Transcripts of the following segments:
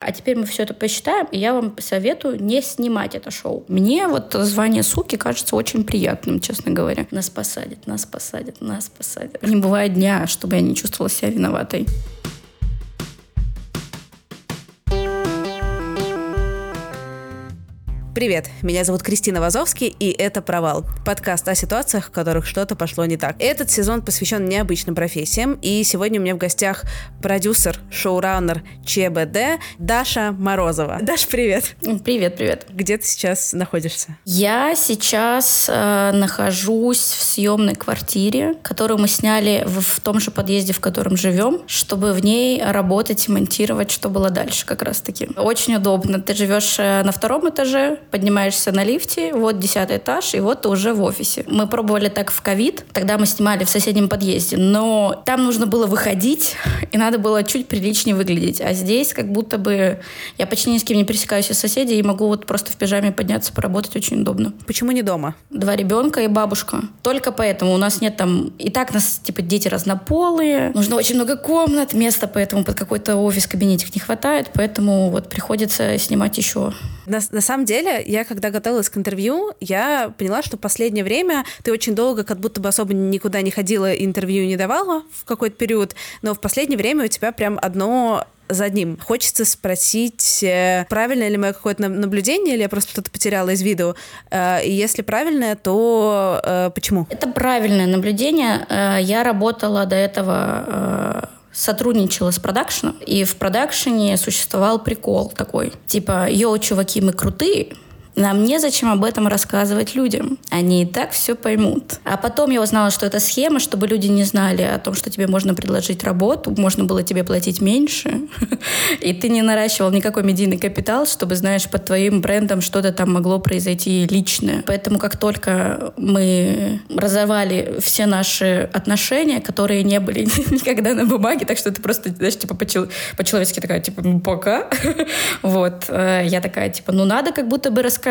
А теперь мы все это посчитаем, и я вам советую не снимать это шоу. Мне вот звание суки кажется очень приятным, честно говоря. Нас посадят, нас посадят, нас посадят. Не бывает дня, чтобы я не чувствовала себя виноватой. Привет, меня зовут Кристина Вазовский, и это «Провал» — подкаст о ситуациях, в которых что-то пошло не так. Этот сезон посвящен необычным профессиям, и сегодня у меня в гостях продюсер, шоураннер ЧБД Даша Морозова. Даш, привет! Привет. Где ты сейчас находишься? Я сейчас нахожусь в съемной квартире, которую мы сняли в том же подъезде, в котором живем, чтобы в ней работать и монтировать, что было дальше как раз-таки. Очень удобно. Ты живешь на втором этаже, поднимаешься на лифте, вот 10-й этаж, и вот ты уже в офисе. Мы пробовали так в ковид, тогда мы снимали в соседнем подъезде, но там нужно было выходить, и надо было чуть приличнее выглядеть. А здесь как будто бы я почти ни с кем не пересекаюсь из соседей, и могу вот просто в пижаме подняться, поработать, очень удобно. Почему не дома? 2 ребенка и бабушка. Только поэтому у нас нет там... И так нас, дети разнополые, нужно очень много комнат, места поэтому под какой-то офис-кабинетик не хватает, поэтому вот приходится снимать еще. На самом деле, я когда готовилась к интервью, я поняла, что в последнее время ты очень долго как будто бы особо никуда не ходила и интервью не давала в какой-то период, но в последнее время у тебя прям одно за одним. Хочется спросить, правильное ли мое какое-то наблюдение, или я просто что-то потеряла из виду? И если правильное, то почему? Это правильное наблюдение. Я работала до этого... сотрудничала с продакшеном, и в продакшене существовал прикол такой. Типа, йоу, чуваки, мы крутые, нам незачем об этом рассказывать людям. Они и так все поймут. А потом я узнала, что это схема, чтобы люди не знали о том, что тебе можно предложить работу, можно было тебе платить меньше, и ты не наращивал никакой медийный капитал, чтобы, знаешь, под твоим брендом что-то там могло произойти личное. Поэтому как только мы разорвали все наши отношения, которые не были никогда на бумаге, так что ты просто, знаешь, типа по-человечески такая, типа, пока. Вот. Я такая, типа, надо как будто бы рассказать,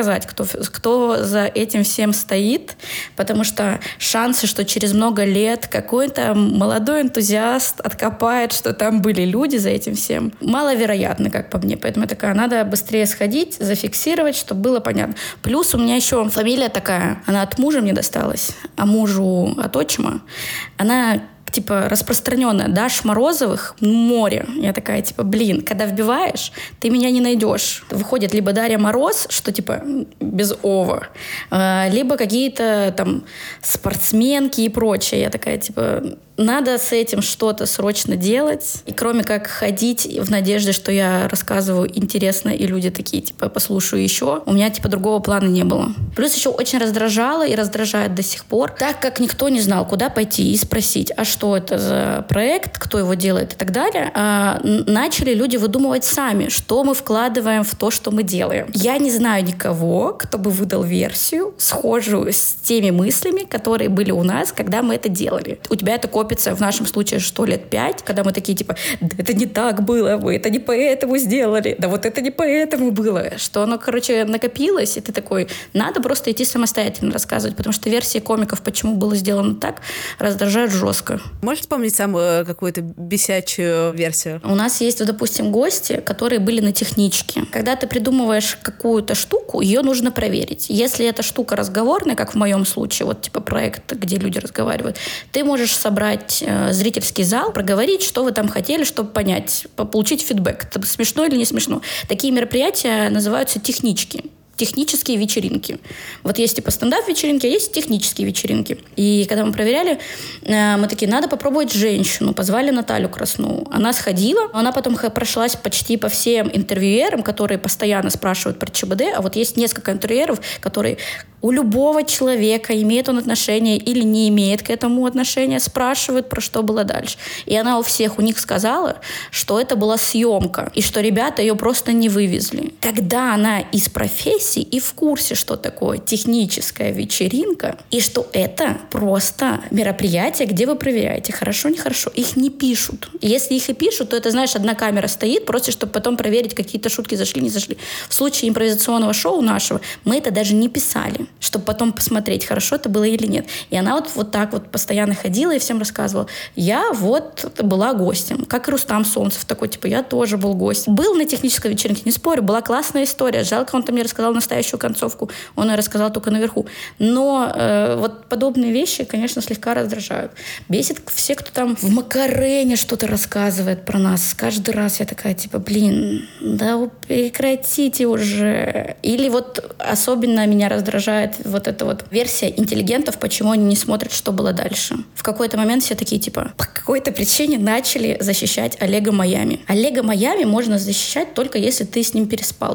кто за этим всем стоит, потому что шансы, что через много лет какой-то молодой энтузиаст откопает, что там были люди за этим всем, маловероятны, как по мне. Поэтому я такая, надо быстрее сходить, зафиксировать, чтобы было понятно. Плюс у меня еще фамилия такая, она от мужа мне досталась, а мужу от отчима. Она типа распространенная. Даш Морозовых море. Я такая, типа, когда вбиваешь, ты меня не найдешь. Выходит либо Дарья Мороз, что типа без ова, либо какие-то там спортсменки и прочее. Я такая, типа, надо с этим что-то срочно делать. И кроме как ходить в надежде, что я рассказываю интересно, и люди такие, типа, послушаю еще, у меня, типа, другого плана не было. Плюс еще очень раздражало и раздражает до сих пор, так как никто не знал, куда пойти и спросить, а что это за проект, кто его делает и так далее, начали люди выдумывать сами, что мы вкладываем в то, что мы делаем. Я не знаю никого, кто бы выдал версию, схожую с теми мыслями, которые были у нас, когда мы это делали. У тебя это копится, в нашем случае, что лет 5, когда мы такие, типа, да это не так было, вы это не поэтому сделали, да вот это не поэтому было. Что оно, накопилось, и ты такой, надо просто идти самостоятельно рассказывать, потому что версии комиков, почему было сделано так, раздражают жестко. Можешь вспомнить самую какую-то бесячую версию? У нас есть, допустим, гости, которые были на техничке. Когда ты придумываешь какую-то штуку, ее нужно проверить. Если эта штука разговорная, как в моем случае, вот типа проект, где люди разговаривают, ты можешь собрать зрительский зал, проговорить, что вы там хотели, чтобы понять, получить фидбэк. Это смешно или не смешно. Такие мероприятия называются технички. Технические вечеринки. Вот есть типа стендап-вечеринки, а есть технические вечеринки. И когда мы проверяли, мы такие, надо попробовать женщину. Позвали Наталью Краснову. Она сходила, но она потом прошлась почти по всем интервьюерам, которые постоянно спрашивают про ЧБД, а вот есть несколько интервьюеров, которые у любого человека, имеет он отношение или не имеет к этому отношения, спрашивают, про что было дальше. И она у них сказала, что это была съемка, и что ребята ее просто не вывезли. Когда она из профессии, профессии и в курсе, что такое техническая вечеринка, и что это просто мероприятие, где вы проверяете, хорошо, нехорошо. Их не пишут. И если их и пишут, то это, знаешь, одна камера стоит, просто чтобы потом проверить, какие-то шутки зашли, не зашли. В случае импровизационного шоу нашего мы это даже не писали, чтобы потом посмотреть, хорошо это было или нет. И она вот так вот постоянно ходила и всем рассказывала. Я вот была гостем, как и Рустам Солнцев такой, типа, я тоже был гостем. Был на технической вечеринке, не спорю, была классная история. Жалко, он там не рассказал настоящую концовку, он ее рассказал только наверху. Но вот подобные вещи, конечно, слегка раздражают. Бесит все, кто там в Макарене что-то рассказывает про нас. Каждый раз я такая, типа, блин, да вы прекратите уже. Или вот особенно меня раздражает вот эта вот версия интеллигентов, почему они не смотрят, что было дальше. В какой-то момент все такие, типа, по какой-то причине начали защищать Олега Майами. Олега Майами можно защищать только если ты с ним переспал.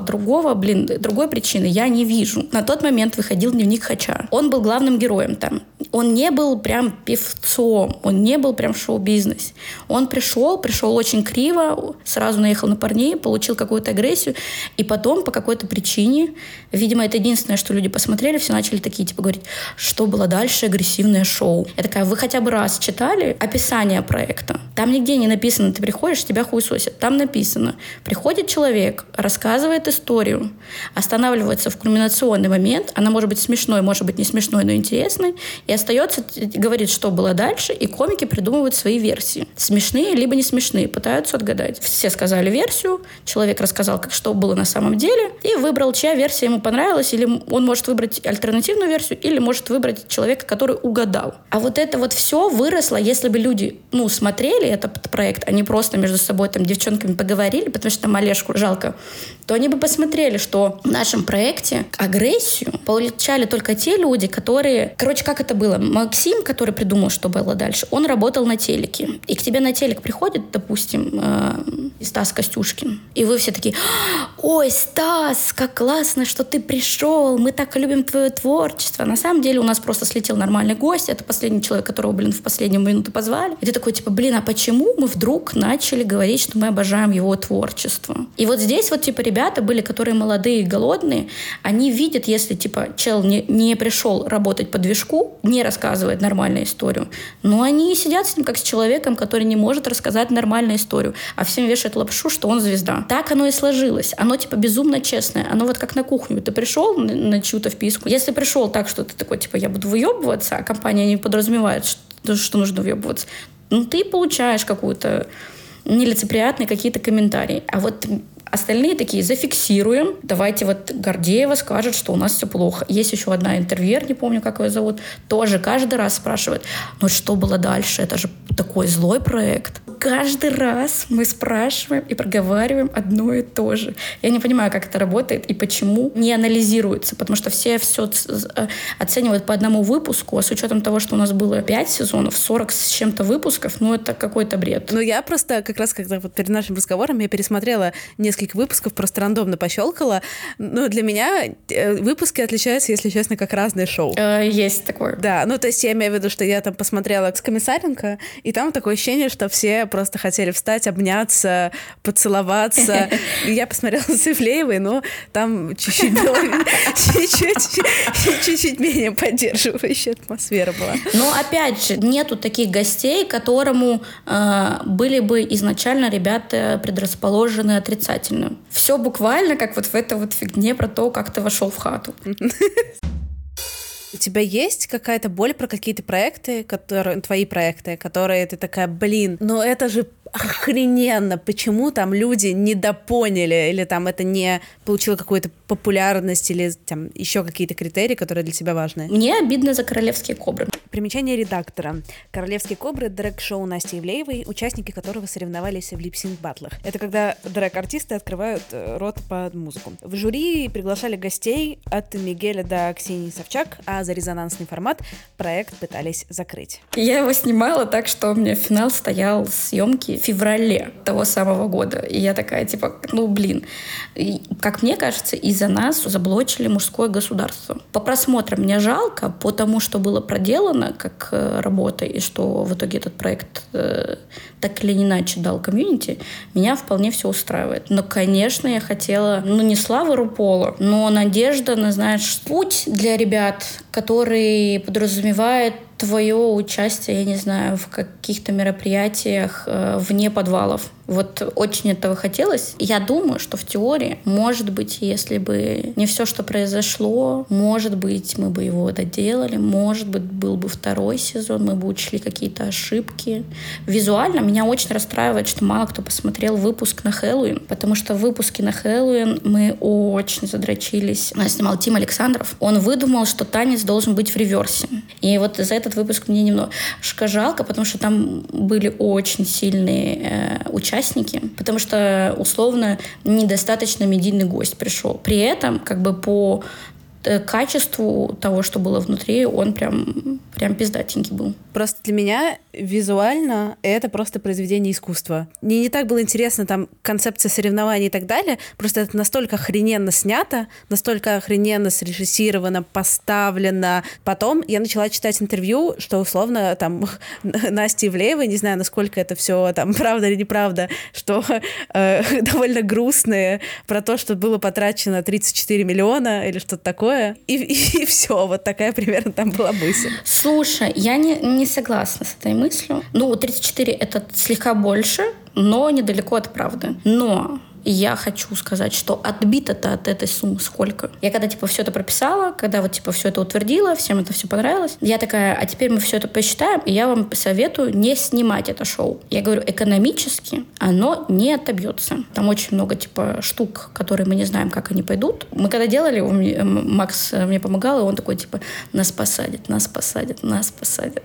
Другой причины я не вижу. На тот момент выходил «Дневник Хача». Он был главным героем там. Он не был прям певцом, он не был прям в шоу-бизнесе. Он пришел очень криво, сразу наехал на парней, получил какую-то агрессию, и потом по какой-то причине, видимо, это единственное, что люди посмотрели, все начали такие, типа, говорить, что было дальше, агрессивное шоу. Я такая, вы хотя бы раз читали описание проекта? Там нигде не написано, ты приходишь, тебя хуесосят. Там написано, приходит человек, рассказывает историю, останавливается в кульминационный момент, она может быть смешной, может быть не смешной, но интересной, и остается, говорит, что было дальше, и комики придумывают свои версии. Смешные, либо не смешные, пытаются отгадать. Все сказали версию, человек рассказал, что было на самом деле, и выбрал, чья версия ему понравилась, или он может выбрать альтернативную версию, или может выбрать человека, который угадал. А вот это вот все выросло, если бы люди, смотрели этот проект, они просто между собой там девчонками поговорили, потому что там Олежку жалко, то они бы посмотрели, что в нашем проекте агрессию получали только те люди, которые... как это было? Максим, который придумал, что было дальше, он работал на телеке. И к тебе на телек приходит, допустим, Стас Костюшкин. И вы все такие, ой, Стас, как классно, что ты пришел, мы так любим твое творчество. На самом деле у нас просто слетел нормальный гость, это последний человек, которого, в последнюю минуту позвали. И ты такой, типа, а почему мы вдруг начали говорить, что мы обожаем его творчество? И вот здесь ребята были, которые молодые и голодные, они видят, если, чел не пришел работать по движку, не рассказывает нормальную историю, но они сидят с ним как с человеком, который не может рассказать нормальную историю, а всем вешает лапшу, что он звезда. Так оно и сложилось. Оно, безумно честное. Оно вот как на кухню. Ты пришел на чью-то вписку. Если пришел так, что ты такой, я буду выебываться, а компания не подразумевает, что нужно выебываться, ты получаешь какую-то нелицеприятные какие-то комментарии. А вот остальные такие, зафиксируем. Давайте Гордеева скажет, что у нас все плохо. Есть еще одна интервьюер, не помню, как ее зовут, тоже каждый раз спрашивает, что было дальше? Это же такой злой проект. Каждый раз мы спрашиваем и проговариваем одно и то же. Я не понимаю, как это работает и почему не анализируется, потому что все оценивают по одному выпуску, а с учетом того, что у нас было 5 сезонов, 40 с чем-то выпусков, это какой-то бред. Я просто как раз, когда перед нашим разговором я пересмотрела несколько выпусков, просто рандомно пощелкала, но для меня выпуски отличаются, если честно, как разные шоу. Есть такое. Да, то есть я имею в виду, что я там посмотрела с Комиссаренко, и там такое ощущение, что все просто хотели встать, обняться, поцеловаться. Я посмотрела с Ивлеевой, но там чуть-чуть менее поддерживающая атмосфера была. Но опять же, нету таких гостей, которому были бы изначально ребята предрасположены отрицательно. Все буквально как в этой фигне про то, как ты вошел в хату. У тебя есть какая-то боль про какие-то проекты, твои проекты, которые ты такая, это же охрененно, почему там люди недопоняли, или там это не получило какую-то популярность, или там еще какие-то критерии, которые для тебя важны? Мне обидно за «Королевские кобры». Примечание редактора. «Королевские кобры» — дрэг-шоу Насти Ивлеевой, участники которого соревновались в лип-синк-баттлах. Это когда дрэг-артисты открывают рот под музыку. В жюри приглашали гостей от Мигеля до Ксении Собчак, а за резонансный формат проект пытались закрыть. Я его снимала так, что у меня финал стоял съемки феврале того самого года. И я такая, типа, И, как мне кажется, из-за нас заблочили мужское государство. По просмотрам мне жалко, по тому, что было проделано как работа, и что в итоге этот проект так или иначе дал комьюнити, меня вполне все устраивает. Но, конечно, я хотела, не славы Рупола, но надежда на, знаешь, путь для ребят, который подразумевает твое участие, я не знаю, в каких-то мероприятиях вне подвалов. Вот очень этого хотелось. Я думаю, что в теории, может быть, если бы не все, что произошло, может быть, мы бы его доделали, может быть, был бы второй сезон, мы бы учли какие-то ошибки. Визуально меня очень расстраивает, что мало кто посмотрел выпуск на Хэллоуин, потому что в выпуске на Хэллоуин мы очень задрочились. Нас снимал Тим Александров. Он выдумал, что танец должен быть в реверсе. И вот за этот выпуск мне немножко жалко, потому что там были очень сильные участники, потому что, условно, недостаточно медийный гость пришел. При этом, по качеству того, что было внутри, он прям пиздатенький был. Просто для меня визуально это просто произведение искусства. Мне не так было интересно там концепция соревнований и так далее, просто это настолько охрененно снято, настолько охрененно срежиссировано, поставлено. Потом я начала читать интервью, что условно там Насти Ивлеевой, не знаю, насколько это все там правда или неправда, что довольно грустные, про то, что было потрачено 34 миллиона или что-то такое. И все, вот такая примерно там была мысль. Слушай, я не согласна с этой мыслью. 34 — это слегка больше, но недалеко от правды. Но я хочу сказать, что отбито-то от этой суммы сколько. Я когда, все это прописала, когда все это утвердила, всем это все понравилось, я такая, а теперь мы все это посчитаем, и я вам советую не снимать это шоу. Я говорю, экономически оно не отобьется. Там очень много, штук, которые мы не знаем, как они пойдут. Мы когда делали, Макс мне помогал, и он такой, нас посадят, нас посадят, нас посадят.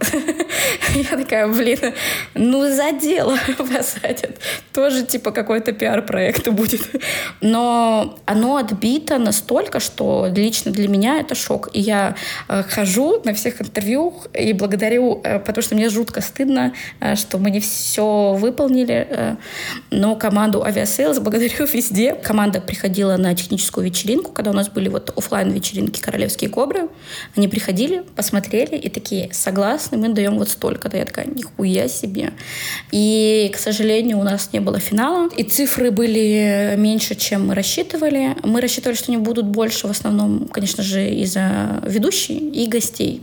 Я такая, за дело посадят. Тоже, какой-то пиар-проект будет. Но оно отбито настолько, что лично для меня это шок. И я хожу на всех интервью и благодарю, потому что мне жутко стыдно, что мы не все выполнили. Но команду Aviasales благодарю везде. Команда приходила на техническую вечеринку, когда у нас были офлайн-вечеринки «Королевские кобры». Они приходили, посмотрели и такие, согласны, мы даем столько-то. Я такая, нихуя себе. И, к сожалению, у нас не было финала. И цифры были меньше, чем мы рассчитывали. Мы рассчитывали, что они будут больше, в основном, конечно же, из-за ведущей и гостей,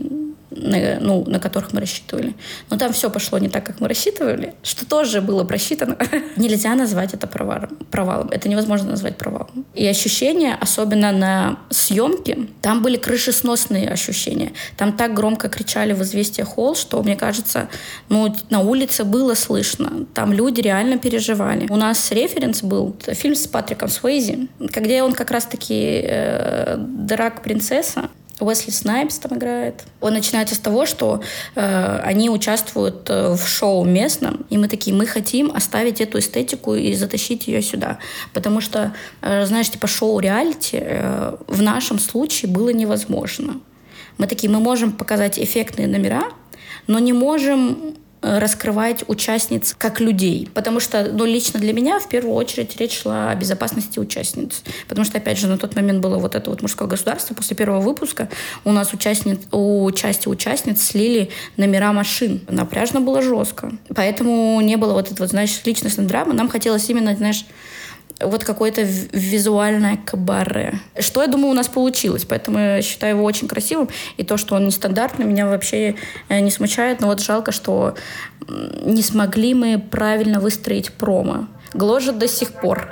на которых мы рассчитывали. Но там все пошло не так, как мы рассчитывали, что тоже было просчитано. Нельзя назвать это провалом. Это невозможно назвать провалом. И ощущения, особенно на съемке, там были крышесносные ощущения. Там так громко кричали в «Известия Холл», что, мне кажется, на улице было слышно. Там люди реально переживали. У нас референс был фильм с Патриком Суэйзи, где он как раз-таки драг-принцесса. Уэсли Снайпс там играет. Он начинается с того, что они участвуют в шоу местном, и мы такие, мы хотим оставить эту эстетику и затащить ее сюда. Потому что, знаешь, шоу реалити в нашем случае было невозможно. Мы такие, мы можем показать эффектные номера, но не можем раскрывать участниц как людей. Потому что, лично для меня в первую очередь речь шла о безопасности участниц. Потому что, опять же, на тот момент было это мужское государство. После первого выпуска у нас у части участниц слили номера машин. Напряжно было жестко. Поэтому не было личностной драмы. Нам хотелось именно, какое-то визуальное кабаре. Что, я думаю, у нас получилось. Поэтому я считаю его очень красивым. И то, что он нестандартный, меня вообще не смущает. Но жалко, что не смогли мы правильно выстроить промо. Гложет до сих пор.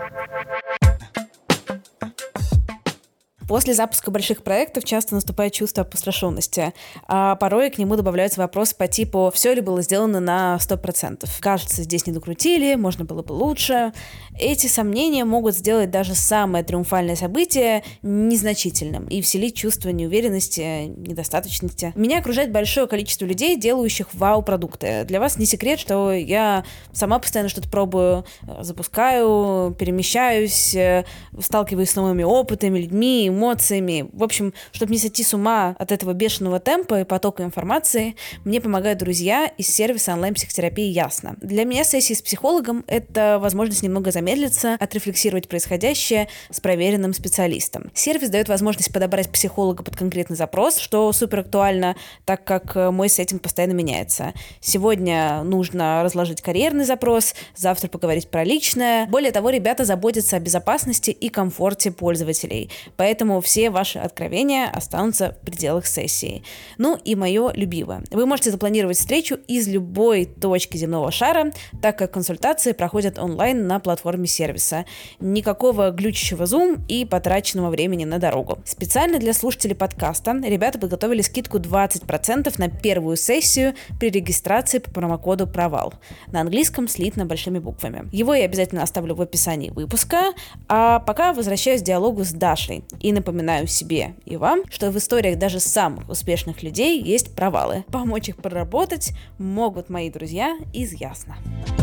После запуска больших проектов часто наступает чувство опустошенности, а порой к нему добавляются вопросы по типу «все ли было сделано на 100%?». Кажется, здесь не докрутили, можно было бы лучше. Эти сомнения могут сделать даже самое триумфальное событие незначительным и вселить чувство неуверенности, недостаточности. Меня окружает большое количество людей, делающих вау-продукты. Для вас не секрет, что я сама постоянно что-то пробую, запускаю, перемещаюсь, сталкиваюсь с новыми опытами, людьми, эмоциями. В общем, чтобы не сойти с ума от этого бешеного темпа и потока информации, мне помогают друзья из сервиса онлайн-психотерапии «Ясно». Для меня сессии с психологом — это возможность немного замедлиться, отрефлексировать происходящее с проверенным специалистом. Сервис дает возможность подобрать психолога под конкретный запрос, что супер актуально, так как мой сеттинг постоянно меняется. Сегодня нужно разложить карьерный запрос, завтра поговорить про личное. Более того, ребята заботятся о безопасности и комфорте пользователей, поэтому все ваши откровения останутся в пределах сессии. Ну и мое любимое. Вы можете запланировать встречу из любой точки земного шара, так как консультации проходят онлайн на платформе сервиса. Никакого глючащего Zoom и потраченного времени на дорогу. Специально для слушателей подкаста ребята подготовили скидку 20% на первую сессию при регистрации по промокоду «Провал». На английском слитно большими буквами. Его я обязательно оставлю в описании выпуска, а пока возвращаюсь к диалогу с Дашей и напоминаю себе и вам, что в историях даже самых успешных людей есть провалы. Помочь их проработать могут мои друзья из «Ясно».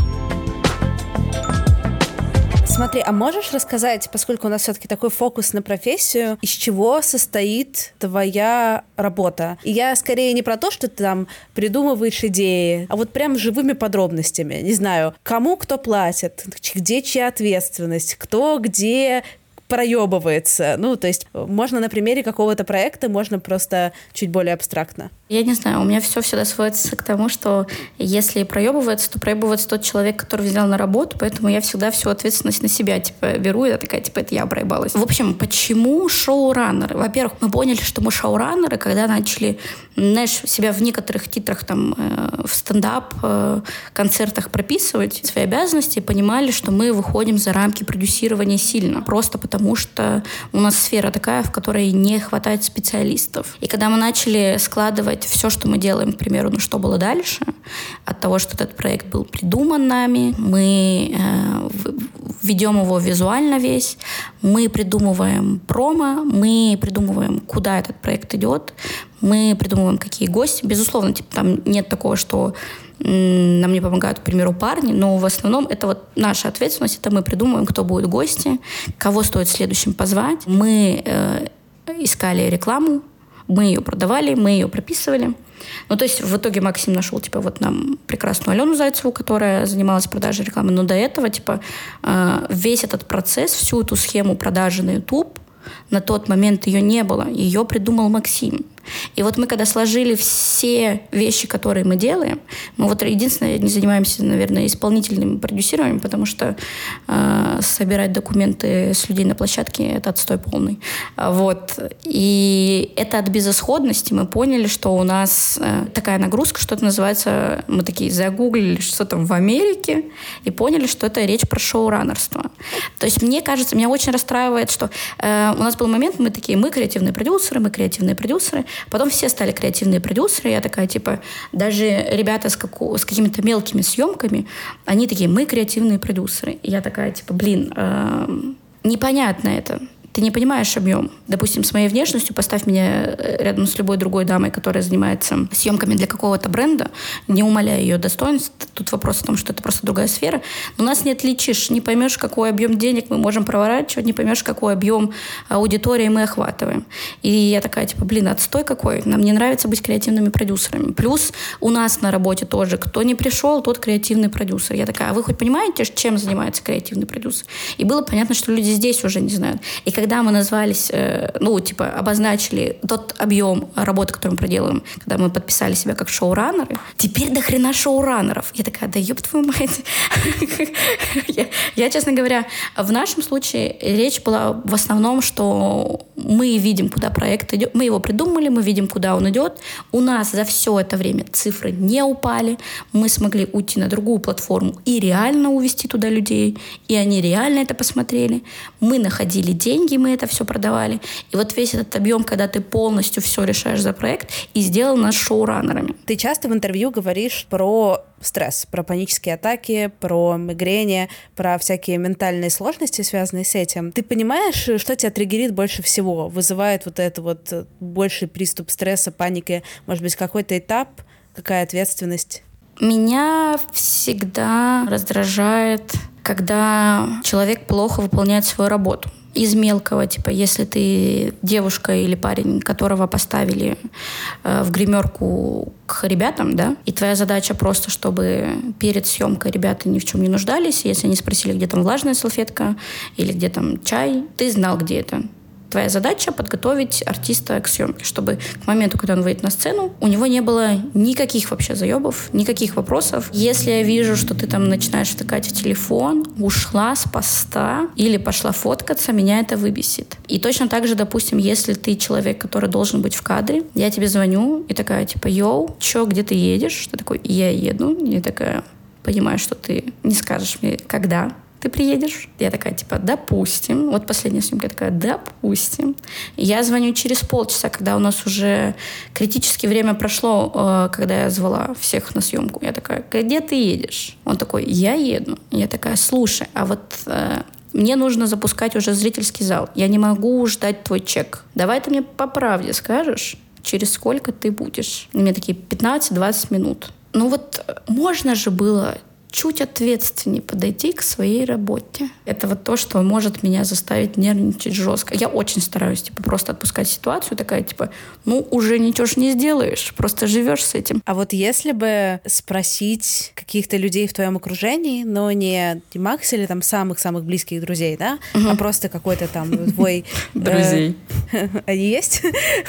Смотри, а можешь рассказать, поскольку у нас все-таки такой фокус на профессию, из чего состоит твоя работа? И я скорее не про то, что ты там придумываешь идеи, а вот прям живыми подробностями. Не знаю, кому кто платит, где чья ответственность, кто где проебывается. Ну, то есть можно на примере какого-то проекта, можно просто чуть более абстрактно. Я не знаю, у меня все всегда сводится к тому, что если проебывается, то проебывается тот человек, который взял на работу, поэтому я всегда всю ответственность на себя, беру, и я такая, это я проебалась. В общем, почему шоураннеры? Во-первых, мы поняли, что мы шоураннеры, когда начали, себя в некоторых титрах, в стендап, концертах прописывать свои обязанности, понимали, что мы выходим за рамки продюсирования сильно, просто потому что у нас сфера такая, в которой не хватает специалистов. И когда мы начали складывать все, что мы делаем, к примеру, что было дальше, от того, что этот проект был придуман нами, мы ведем его визуально весь, мы придумываем промо, мы придумываем, куда этот проект идет, мы придумываем, какие гости. Безусловно, там нет такого, что нам не помогают, к примеру, парни, но в основном это наша ответственность, это мы придумываем, кто будут гости, кого стоит следующим позвать. Мы искали рекламу, мы ее продавали, мы ее прописывали. То есть в итоге Максим нашел, нам прекрасную Алену Зайцеву, которая занималась продажей рекламы, но до этого, весь этот процесс, всю эту схему продажи на YouTube, на тот момент ее не было, ее придумал Максим. И мы когда сложили все вещи, которые мы делаем, мы единственное, не занимаемся, наверное, исполнительным продюсированием, потому что собирать документы с людей на площадке — это отстой полный. И это от безысходности мы поняли, что у нас такая нагрузка, что это называется, мы такие загуглили, что там в Америке, и поняли, что это речь про шоураннерство. То есть мне кажется, меня очень расстраивает, что у нас был момент, мы такие, мы креативные продюсеры, потом все стали креативные продюсеры. Я такая, даже ребята с какими-то мелкими съемками, они такие, мы креативные продюсеры. И я такая, непонятно это. Ты не понимаешь объем. Допустим, с моей внешностью поставь меня рядом с любой другой дамой, которая занимается съемками для какого-то бренда, не умаляя ее достоинств. Тут вопрос в том, что это просто другая сфера. Но нас не отличишь, не поймешь, какой объем денег мы можем проворачивать, не поймешь, какой объем аудитории мы охватываем. И я такая, отстой какой. Нам не нравится быть креативными продюсерами. Плюс у нас на работе тоже, кто не пришел, тот креативный продюсер. Я такая, а вы хоть понимаете, чем занимается креативный продюсер? И было понятно, что люди здесь уже не знают. И когда мы назвались, обозначили тот объем работы, который мы проделываем, когда мы подписали себя как шоураннеры, теперь до хрена шоураннеров. Я такая, да ёб твою мать. Я, честно говоря, в нашем случае речь была в основном, что мы видим, куда проект идет, мы его придумали, мы видим, куда он идет. У нас за все это время цифры не упали, мы смогли уйти на другую платформу и реально увести туда людей, и они реально это посмотрели. Мы находили деньги, мы это все продавали. И весь этот объем, когда ты полностью все решаешь за проект, и сделал нас шоураннерами. Ты часто в интервью говоришь про стресс, про панические атаки, про мигрени, про всякие ментальные сложности, связанные с этим. Ты понимаешь, что тебя триггерит больше всего? Вызывает это больший приступ стресса, паники? Может быть, какой-то этап? Какая ответственность? Меня всегда раздражает, когда человек плохо выполняет свою работу. из мелкого, типа, если ты девушка или парень, которого поставили в гримерку к ребятам, да, и твоя задача просто, чтобы перед съемкой ребята ни в чем не нуждались, если они спросили, где там влажная салфетка или где там чай, ты знал, где это. Твоя задача — подготовить артиста к съемке, чтобы к моменту, когда он выйдет на сцену, у него не было никаких вообще заебов, никаких вопросов. Если я вижу, что ты там начинаешь втыкать в телефон, ушла с поста или пошла фоткаться, меня это выбесит. И точно так же, допустим, если ты человек, который должен быть в кадре, я тебе звоню и такая, типа, йоу, чё, где ты едешь? Ты такой, я еду. Я такая, понимаю, что ты не скажешь мне, когда ты приедешь? Я такая, типа, допустим. Вот последняя съемка, я такая, допустим. Я звоню через полчаса, когда у нас уже критическое время прошло, когда я звала всех на съемку. Я такая, где ты едешь? Он такой, я еду. Я такая, слушай, а вот мне нужно запускать уже зрительский зал. Я не могу ждать твой чек. Давай ты мне по правде скажешь, через сколько ты будешь. И мне такие 15-20 минут. Ну вот можно же было чуть ответственнее подойти к своей работе. Это вот то, что может меня заставить нервничать жестко. Я очень стараюсь, типа, просто отпускать ситуацию, такая, типа, ну, уже ничего ж не сделаешь, просто живешь с этим. А вот если бы спросить каких-то людей в твоем окружении, но не Макс или там самых-самых близких друзей, да, а просто какой-то там твой... Друзей. Они есть?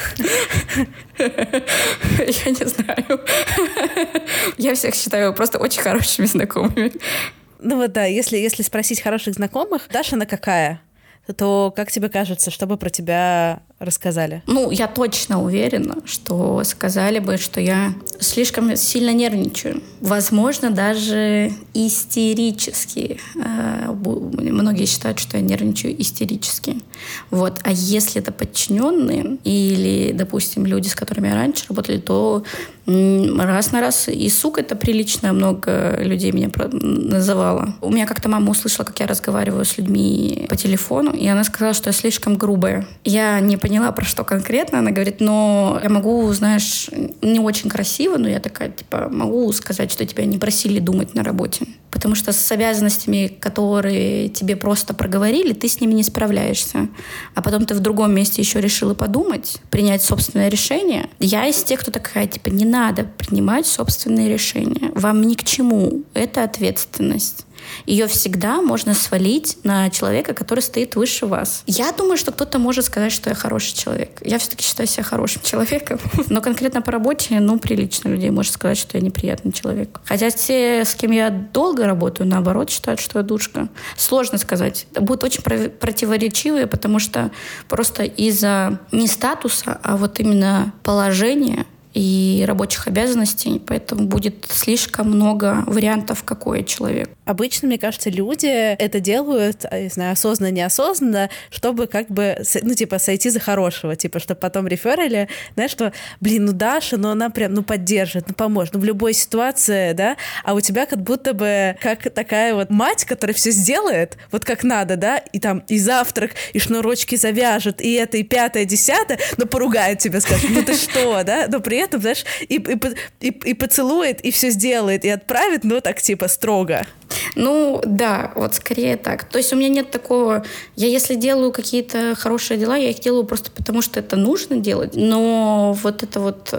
Я не знаю. Я всех считаю просто очень хорошими знакомыми. Ну вот да, если спросить хороших знакомых, Даша, она какая? То как тебе кажется, что бы про тебя рассказали? Ну, я точно уверена, что сказали бы, что я слишком сильно нервничаю. Возможно, даже истерически. Многие считают, что я нервничаю истерически. Вот. А если это подчиненные или, допустим, люди, с которыми я раньше работали, то раз на раз и сука это прилично, много людей меня называло. У меня как-то мама услышала, как я разговариваю с людьми по телефону, и она сказала, что я слишком грубая. Я не поняла, про что конкретно. Она говорит, но я могу, знаешь, не очень красиво, но я такая, типа, могу сказать, что тебя не просили думать на работе. Потому что с обязанностями, которые тебе просто проговорили, ты с ними не справляешься. А потом ты в другом месте еще решила подумать, принять собственное решение. Я из тех, кто такая, типа, не надо принимать собственные решения. Вам ни к чему. Это ответственность. Ее всегда можно свалить на человека, который стоит выше вас. Я думаю, что кто-то может сказать, что я хороший человек. Я все-таки считаю себя хорошим человеком. Но конкретно по работе, прилично людей может сказать, что я неприятный человек. Хотя те, с кем я долго работаю, наоборот, считают, что я душка. Сложно сказать. Будут очень противоречивые, потому что просто из-за не статуса, а вот именно положения и рабочих обязанностей, поэтому будет слишком много вариантов, какой я человек. Обычно, мне кажется, люди это делают, не знаю, осознанно, неосознанно, чтобы как бы, сойти за хорошего, чтобы потом реферили, знаешь, что, Даша, она прям, поддержит, поможет, в любой ситуации, да, а у тебя как будто бы как такая вот мать, которая все сделает, вот как надо, да, и там и завтрак, и шнурочки завяжет, и это, и пятое, десятое, но поругает тебя, скажет, ты что, да, но при этом, знаешь, и поцелует, и все сделает, и отправит, так, строго. Да, вот скорее так. То есть у меня нет такого... Я если делаю какие-то хорошие дела, я их делаю просто потому, что это нужно делать. Но вот это вот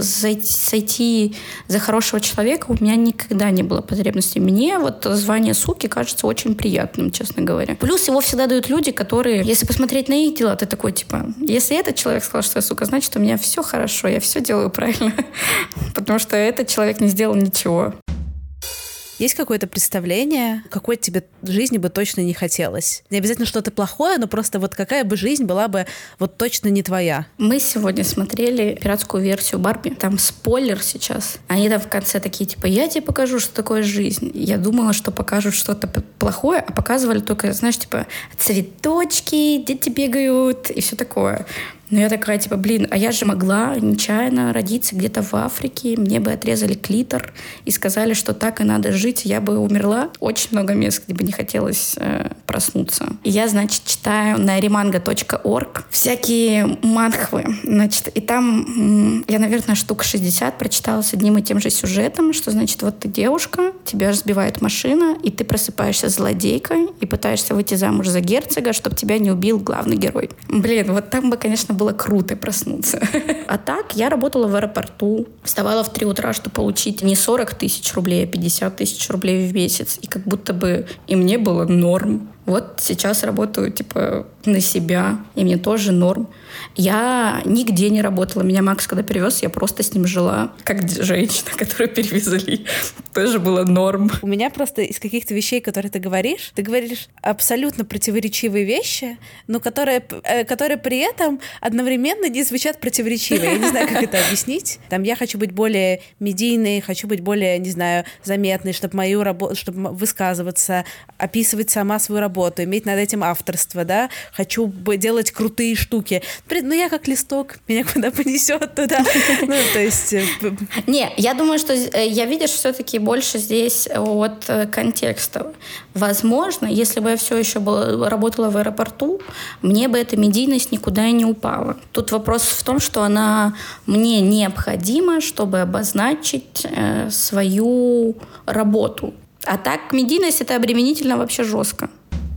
сойти за хорошего человека у меня никогда не было потребности. Мне вот звание суки кажется очень приятным, честно говоря. Плюс его всегда дают люди, которые... Если посмотреть на их дела, ты такой, если этот человек сказал, что я сука, значит, у меня все хорошо, я все делаю правильно. Потому что этот человек не сделал ничего. Есть какое-то представление, какой тебе жизни бы точно не хотелось? Не обязательно что-то плохое, но просто вот какая бы жизнь была бы вот точно не твоя? Мы сегодня смотрели пиратскую версию Барби. Там спойлер сейчас. Они там в конце такие, я тебе покажу, что такое жизнь. Я думала, что покажут что-то плохое, а показывали только, знаешь, цветочки, дети бегают и все такое. Но я такая, типа, блин, а я же могла нечаянно родиться где-то в Африке, мне бы отрезали клитор и сказали, что так и надо жить, я бы умерла. Очень много мест, где бы не хотелось проснуться. И я, значит, читаю на rimanga.org всякие манхвы, значит, и там я, наверное, штук 60 прочитала с одним и тем же сюжетом, что, значит, вот ты девушка, тебя разбивает машина, и ты просыпаешься злодейкой и пытаешься выйти замуж за герцога, чтобы тебя не убил главный герой. Блин, вот там бы, конечно, было круто проснуться. А так, я работала в аэропорту, вставала в 3 утра, чтобы получить не 40 тысяч рублей, а 50 тысяч рублей в месяц. И как будто бы и мне было норм. Вот сейчас работаю, типа, на себя, и мне тоже норм. Я нигде не работала. Меня Макс, когда перевез, я просто с ним жила. Как женщина, которую перевезли. Тоже было норм. У меня просто из каких-то вещей, которые ты говоришь абсолютно противоречивые вещи, но которые при этом одновременно не звучат противоречиво. Я не знаю, как это объяснить. Там я хочу быть более медийной, хочу быть более, не знаю, заметной, чтобы мою работу, чтобы высказываться, описывать сама свою работу, иметь над этим авторство, да, хочу делать крутые штуки. Ну, я как листок, меня куда понесет туда. Ну, то есть... Не, я думаю, что я, видишь, все-таки больше здесь от контекста. Возможно, если бы я все еще работала в аэропорту, мне бы эта медийность никуда и не упала. Тут вопрос в том, что она мне необходима, чтобы обозначить свою работу. А так, медийность — это обременительно вообще жестко.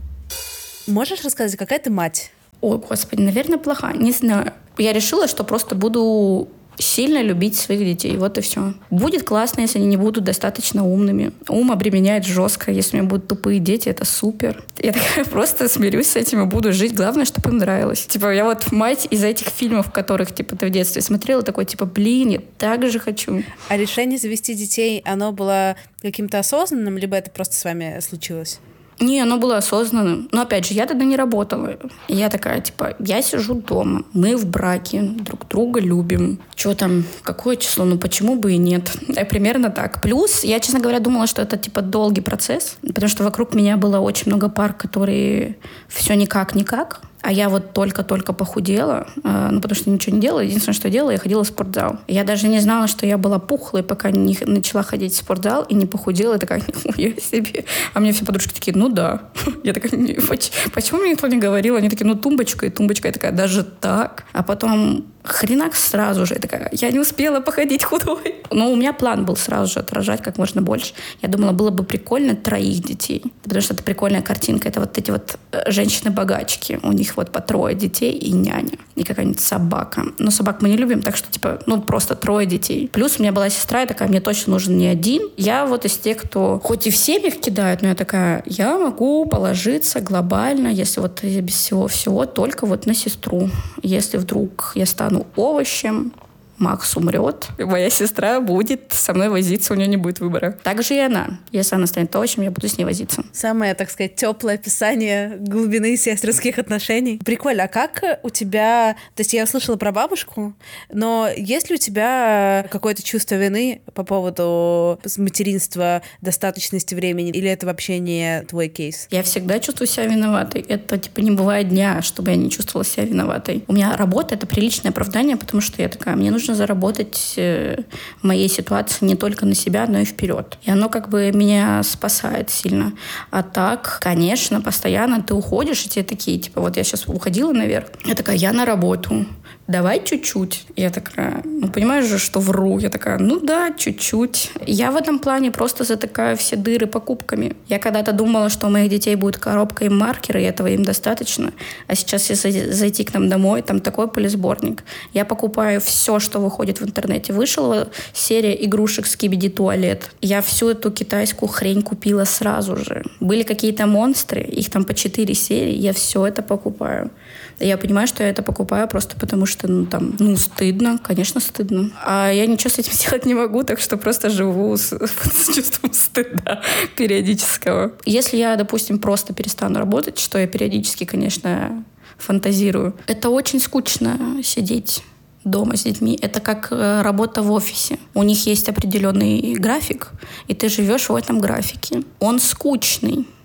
Можешь рассказать, какая ты мать? Ой, господи, наверное, плохая. Не знаю. Я решила, что просто буду сильно любить своих детей. Вот и все. Будет классно, если они не будут достаточно умными. Ум обременяет жестко. Если у меня будут тупые дети, это супер. Я такая просто смирюсь с этим и буду жить. Главное, чтобы им нравилось. Типа, я вот мать из этих фильмов, в которых, типа, ты в детстве смотрела, такой, типа, блин, я так же хочу. А решение завести детей, оно было каким-то осознанным, либо это просто с вами случилось? Не, оно было осознанным. Но, опять же, я тогда не работала. И я такая, типа, я сижу дома, мы в браке, друг друга любим. Что там, какое число? Ну, почему бы и нет? Примерно так. Плюс, я, честно говоря, думала, что это, типа, долгий процесс, потому что вокруг меня было очень много пар, которые все никак. А я вот только-только похудела, ну, потому что ничего не делала. Единственное, что делала, я ходила в спортзал. Я даже не знала, что я была пухлой, пока не начала ходить в спортзал и не похудела. И такая, нихуя себе. А мне все подружки такие, ну да. Я такая, почему мне никто не говорил? Они такие, ну, тумбочка. Я такая, даже так? А потом хренак сразу же. Я такая, я не успела походить худой. Но у меня план был сразу же отрожать как можно больше. Я думала, было бы прикольно 3 детей. Потому что это прикольная картинка. Это вот эти вот женщины-богачки. У них вот по 3 детей и няня. И какая-нибудь собака. Но собак мы не любим, так что, типа, ну, просто 3 детей. Плюс у меня была сестра, я такая, мне точно нужен не один. Я вот из тех, кто хоть и в семьях кидают, но я такая, я могу положиться глобально, если вот без всего только вот на сестру. Если вдруг я стану овощем, Макс умрет, и моя сестра будет со мной возиться, у нее не будет выбора. Так же и она. Если она станет овощем, я буду с ней возиться. Самое, так сказать, теплое описание глубины сестринских отношений. Прикольно. А как у тебя... То есть я услышала про бабушку, но есть ли у тебя какое-то чувство вины по поводу материнства, достаточности времени, или это вообще не твой кейс? Я всегда чувствую себя виноватой. Это, типа, не бывает дня, чтобы я не чувствовала себя виноватой. У меня работа — это приличное оправдание, потому что я такая, мне нужно заработать в моей ситуации не только на себя, но и вперед. И оно как бы меня спасает сильно. А так, конечно, постоянно ты уходишь, и тебе такие, типа, вот я сейчас уходила наверх, я такая, я на работу, давай чуть-чуть. Я такая, ну, понимаешь же, что вру. Я такая, ну да, чуть-чуть. Я в этом плане просто затыкаю все дыры покупками. Я когда-то думала, что у моих детей будет коробка и маркеры, и этого им достаточно. А сейчас, если зайти к нам домой, там такой полисборник. Я покупаю все, что выходит в интернете. Вышла серия игрушек Skibidi Туалет. Я всю эту китайскую хрень купила сразу же. Были какие-то монстры, их там по 4 серии, я все это покупаю. Я понимаю, что я это покупаю просто потому, что, стыдно. Конечно, стыдно. А я ничего с этим сделать не могу, так что просто живу с чувством стыда периодического. Если я, допустим, просто перестану работать, что я периодически, конечно, фантазирую, это очень скучно сидеть дома с детьми. Это как работа в офисе. У них есть определенный график, и ты живешь в этом графике. Он скучный.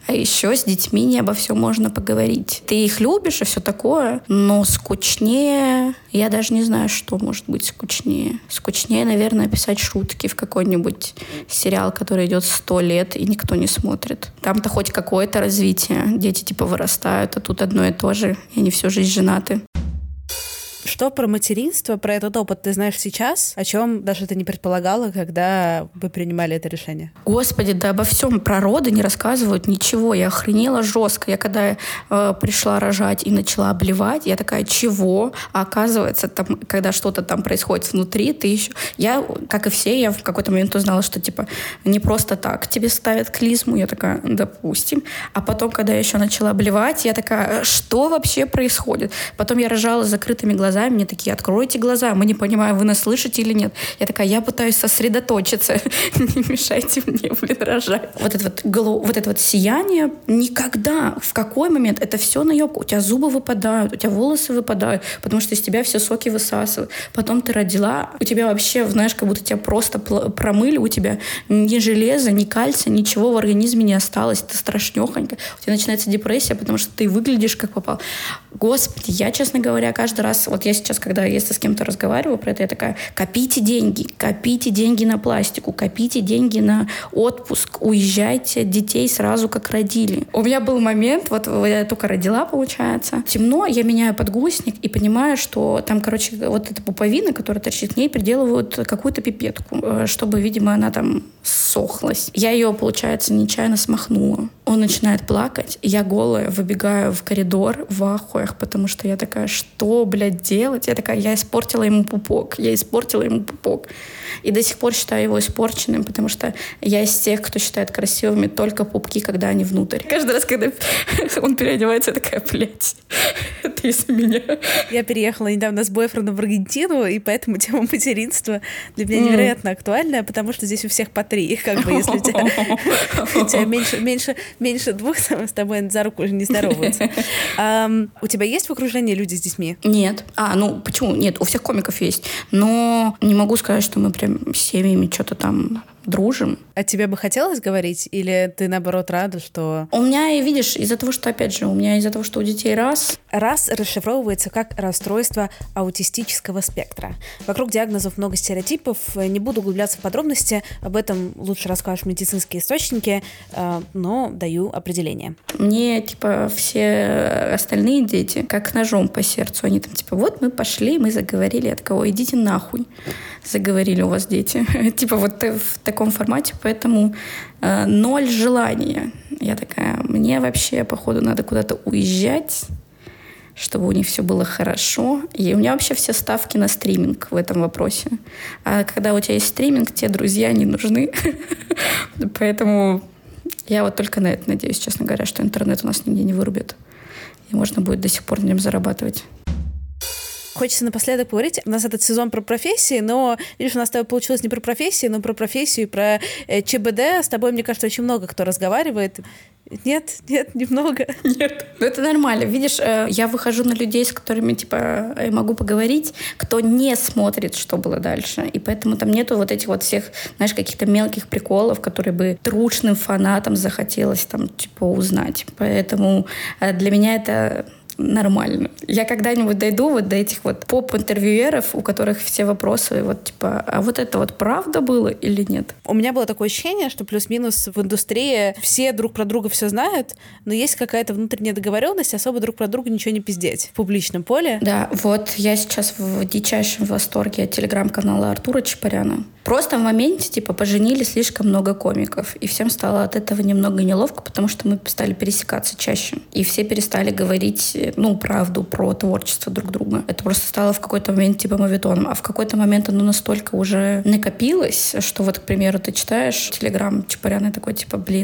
А еще с детьми не обо всем можно поговорить. Ты их любишь и все такое, но скучнее... Я даже не знаю, что может быть скучнее. Скучнее, наверное, писать шутки в какой-нибудь сериал, который идет 100 лет, и никто не смотрит. Там-то хоть какое-то развитие. Дети типа вырастают, а тут одно и то же, и они всю жизнь женаты. Что про материнство, про этот опыт ты знаешь сейчас, о чем даже ты не предполагала, когда вы принимали это решение? Господи, да обо всем про роды не рассказывают ничего. Я охренела жестко. Я когда пришла рожать и начала обливать, я такая, чего? А оказывается, там, когда что-то там происходит внутри, ты еще... Я, как и все, я в какой-то момент узнала, что типа не просто так тебе ставят клизму. Я такая, допустим. А потом, когда я еще начала обливать, я такая, что вообще происходит? Потом я рожала с закрытыми глазами, мне такие, откройте глаза, мы не понимаем, вы нас слышите или нет. Я такая, я пытаюсь сосредоточиться, не мешайте мне, рожать. Вот это вот сияние никогда, в какой момент, это все наебка. У тебя зубы выпадают, у тебя волосы выпадают, потому что из тебя все соки высасывают. Потом ты родила, у тебя вообще, знаешь, как будто тебя просто промыли, у тебя ни железа, ни кальция, ничего в организме не осталось, ты страшнёхонько. У тебя начинается депрессия, потому что ты выглядишь как попал. Господи, я, честно говоря, каждый раз, вот я сейчас, когда если с кем-то разговариваю про это, я такая, копите деньги на пластику, копите деньги на отпуск, уезжайте от детей сразу, как родили. У меня был момент, вот я только родила, получается, темно, я меняю подгузник и понимаю, что там, короче, вот эта пуповина, которая торчит, в ней приделывают какую-то пипетку, чтобы, видимо, она там сохлась. Я ее, получается, нечаянно смахнула. Он начинает плакать, я голая выбегаю в коридор в ахуях, потому что я такая, что, блядь, делать? Я такая, я испортила ему пупок. И до сих пор считаю его испорченным, потому что я из тех, кто считает красивыми только пупки, когда они внутрь. Каждый раз, когда он переодевается, я такая, блядь, это из-за меня. Я переехала недавно с бойфрендом в Аргентину, и поэтому тема материнства для меня невероятно актуальная, потому что здесь у всех по 3, как бы, если у тебя меньше 2, с тобой за руку уже не здороваются. У тебя есть в окружении люди с детьми? Нет. Почему? Нет, у всех комиков есть. Но не могу сказать, что мы прям с семьями что-то там дружим. А тебе бы хотелось говорить? Или ты, наоборот, рада, что... У меня, видишь, из-за того, что у детей раз расшифровывается как расстройство аутистического спектра. Вокруг диагнозов много стереотипов. Не буду углубляться в подробности. Об этом лучше расскажешь медицинские источники, но даю определение. Мне, все остальные дети как ножом по сердцу. Они там, вот мы пошли, мы заговорили. Я такая, идите нахуй. Заговорили у вас дети. Вот в таком формате, поэтому 0 желания. Я такая, мне вообще, походу, надо куда-то уезжать, чтобы у них все было хорошо. И у меня вообще все ставки на стриминг в этом вопросе. А когда у тебя есть стриминг, тебе друзья не нужны. Поэтому я вот только на это надеюсь, честно говоря, что интернет у нас нигде не вырубит. И можно будет до сих пор на нем зарабатывать. Хочется напоследок поговорить. У нас этот сезон про профессии, но, видишь, у нас с тобой получилось не про профессии, но про профессию и про ЧБД. С тобой, мне кажется, очень много кто разговаривает. Нет, немного. Нет. Это нормально. Видишь, я выхожу на людей, с которыми, я могу поговорить, кто не смотрит, что было дальше. И поэтому там нету вот этих вот всех, знаешь, каких-то мелких приколов, которые бы трушным фанатам захотелось узнать. Поэтому для меня это... нормально. Я когда-нибудь дойду до этих поп-интервьюеров, у которых все вопросы а вот это правда было или нет? У меня было такое ощущение, что плюс-минус в индустрии все друг про друга все знают, но есть какая-то внутренняя договоренность, особо друг про друга ничего не пиздеть в публичном поле. Да, я сейчас в дичайшем восторге от телеграм-канала Артура Чапаряна. Просто в моменте, поженили слишком много комиков, и всем стало от этого немного неловко, потому что мы стали пересекаться чаще, и все перестали говорить правду про творчество друг друга. Это просто стало в какой-то момент моветоном. А в какой-то момент оно настолько уже накопилось, что к примеру, ты читаешь телеграм Чапаряна и такой,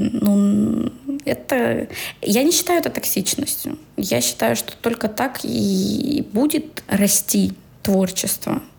это... Я не считаю это токсичностью. Я считаю, что только так и будет расти творчество.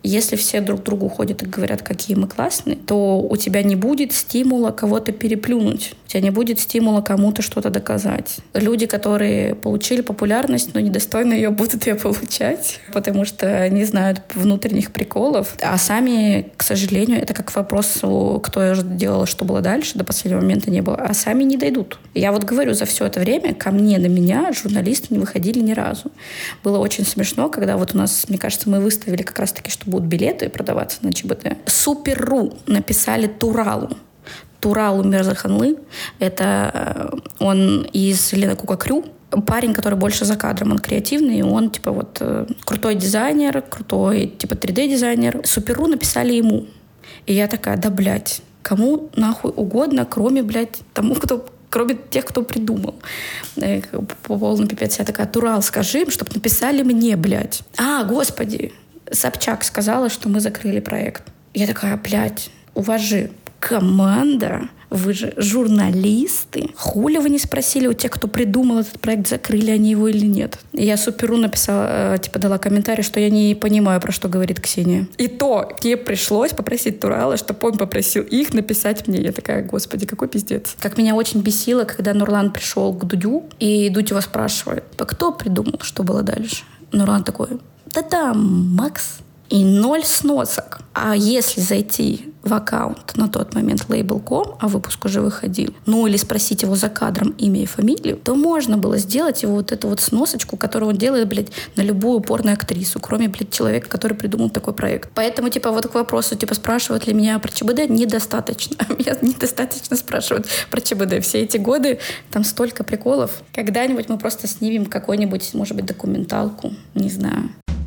Если все друг другу ходят и говорят, какие мы классные, то у тебя не будет стимула кого-то переплюнуть. У тебя не будет стимула кому-то что-то доказать. Люди, которые получили популярность, но недостойно ее, будут ее получать, потому что не знают внутренних приколов. А сами, к сожалению, это как вопрос, кто я делала, что было дальше, до последнего момента не было, а сами не дойдут. Я вот говорю, за все это время ко мне, на меня журналисты не выходили ни разу. Было очень смешно, когда вот у нас, мне кажется, мы выставили как раз-таки, что будут билеты продаваться на ЧБД. Супер.ру написали Туралу. Туралу Мирзаханлы. Это он из Лена Кука-Крю. Парень, который больше за кадром, он креативный, он типа вот крутой дизайнер, крутой типа 3D-дизайнер. Супер.ру написали ему. И я такая, да, блядь, кому нахуй угодно, кроме, блядь, тому, кто... кроме тех, кто придумал. По полному пипец. Я такая, Турал, скажи им, чтобы написали мне, блядь. Господи. Собчак сказала, что мы закрыли проект. Я такая, блядь, у вас же команда, вы же журналисты. Хули вы не спросили у тех, кто придумал этот проект, закрыли они его или нет? И я Супер.ру написала, типа дала комментарий, что я не понимаю, про что говорит Ксения. И то мне пришлось попросить Турала, чтобы он попросил их написать мне. Я такая, господи, какой пиздец. Как меня очень бесило, когда Нурлан пришел к Дудю, и Дудь его спрашивает, кто придумал, что было дальше? Нурлан такой, да-да, Макс. И 0 сносок. А если зайти в аккаунт на тот момент Label.com, а выпуск уже выходил, или спросить его за кадром имя и фамилию, то можно было сделать его вот эту вот сносочку, которую он делает, блядь, на любую порно-актрису, кроме, блядь, человека, который придумал такой проект. Поэтому, типа, вот к вопросу, типа, спрашивают ли меня про ЧБД, недостаточно. Меня недостаточно спрашивают про ЧБД. Все эти годы там столько приколов. Когда-нибудь мы просто снимем какой-нибудь, может быть, документалку, не знаю.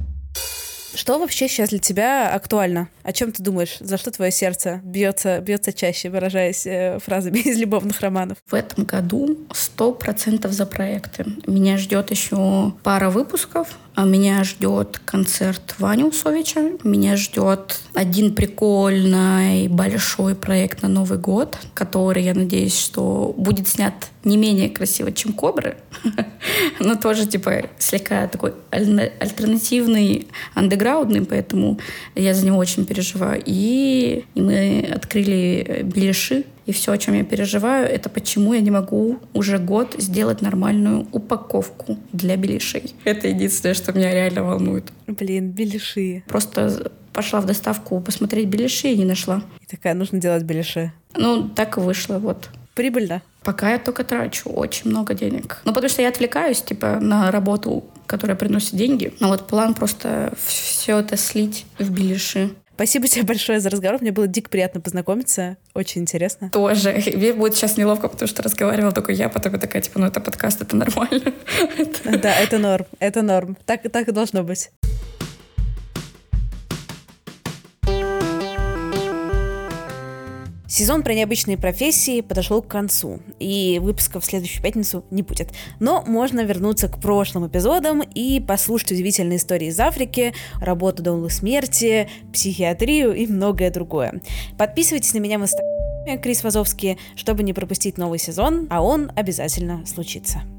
Что вообще сейчас для тебя актуально? О чем ты думаешь? За что твое сердце бьется чаще, выражаясь фразами из любовных романов? В этом году 100% за проекты. Меня ждет еще пара выпусков. Меня ждет концерт Вани Усовича. Меня ждет один прикольный большой проект на Новый год, который, я надеюсь, что будет снят не менее красиво, чем «Кобры», но тоже типа слегка такой альтернативный, андеграундный, поэтому я за него очень переживаю. И мы открыли беляши. И все, о чем я переживаю, это почему я не могу уже год сделать нормальную упаковку для беляшей. Это единственное, что меня реально волнует. Блин, беляши. Просто пошла в доставку посмотреть беляши и не нашла. И такая, нужно делать беляши. Так и вышло, вот. Прибыльно? Пока я только трачу очень много денег. Потому что я отвлекаюсь, типа, на работу, которая приносит деньги. Но вот план просто все это слить в беляши. Спасибо тебе большое за разговор. Мне было дико приятно познакомиться. Очень интересно. Тоже. Мне будет сейчас неловко, потому что разговаривала только я, потом я такая, типа, это подкаст, это нормально. Да, это норм. Это норм. Так и должно быть. Сезон про необычные профессии подошел к концу, и выпусков в следующую пятницу не будет. Но можно вернуться к прошлым эпизодам и послушать удивительные истории из Африки, работу до волны смерти, психиатрию и многое другое. Подписывайтесь на меня в Инстаграме, Крис Вазовский, чтобы не пропустить новый сезон, а он обязательно случится.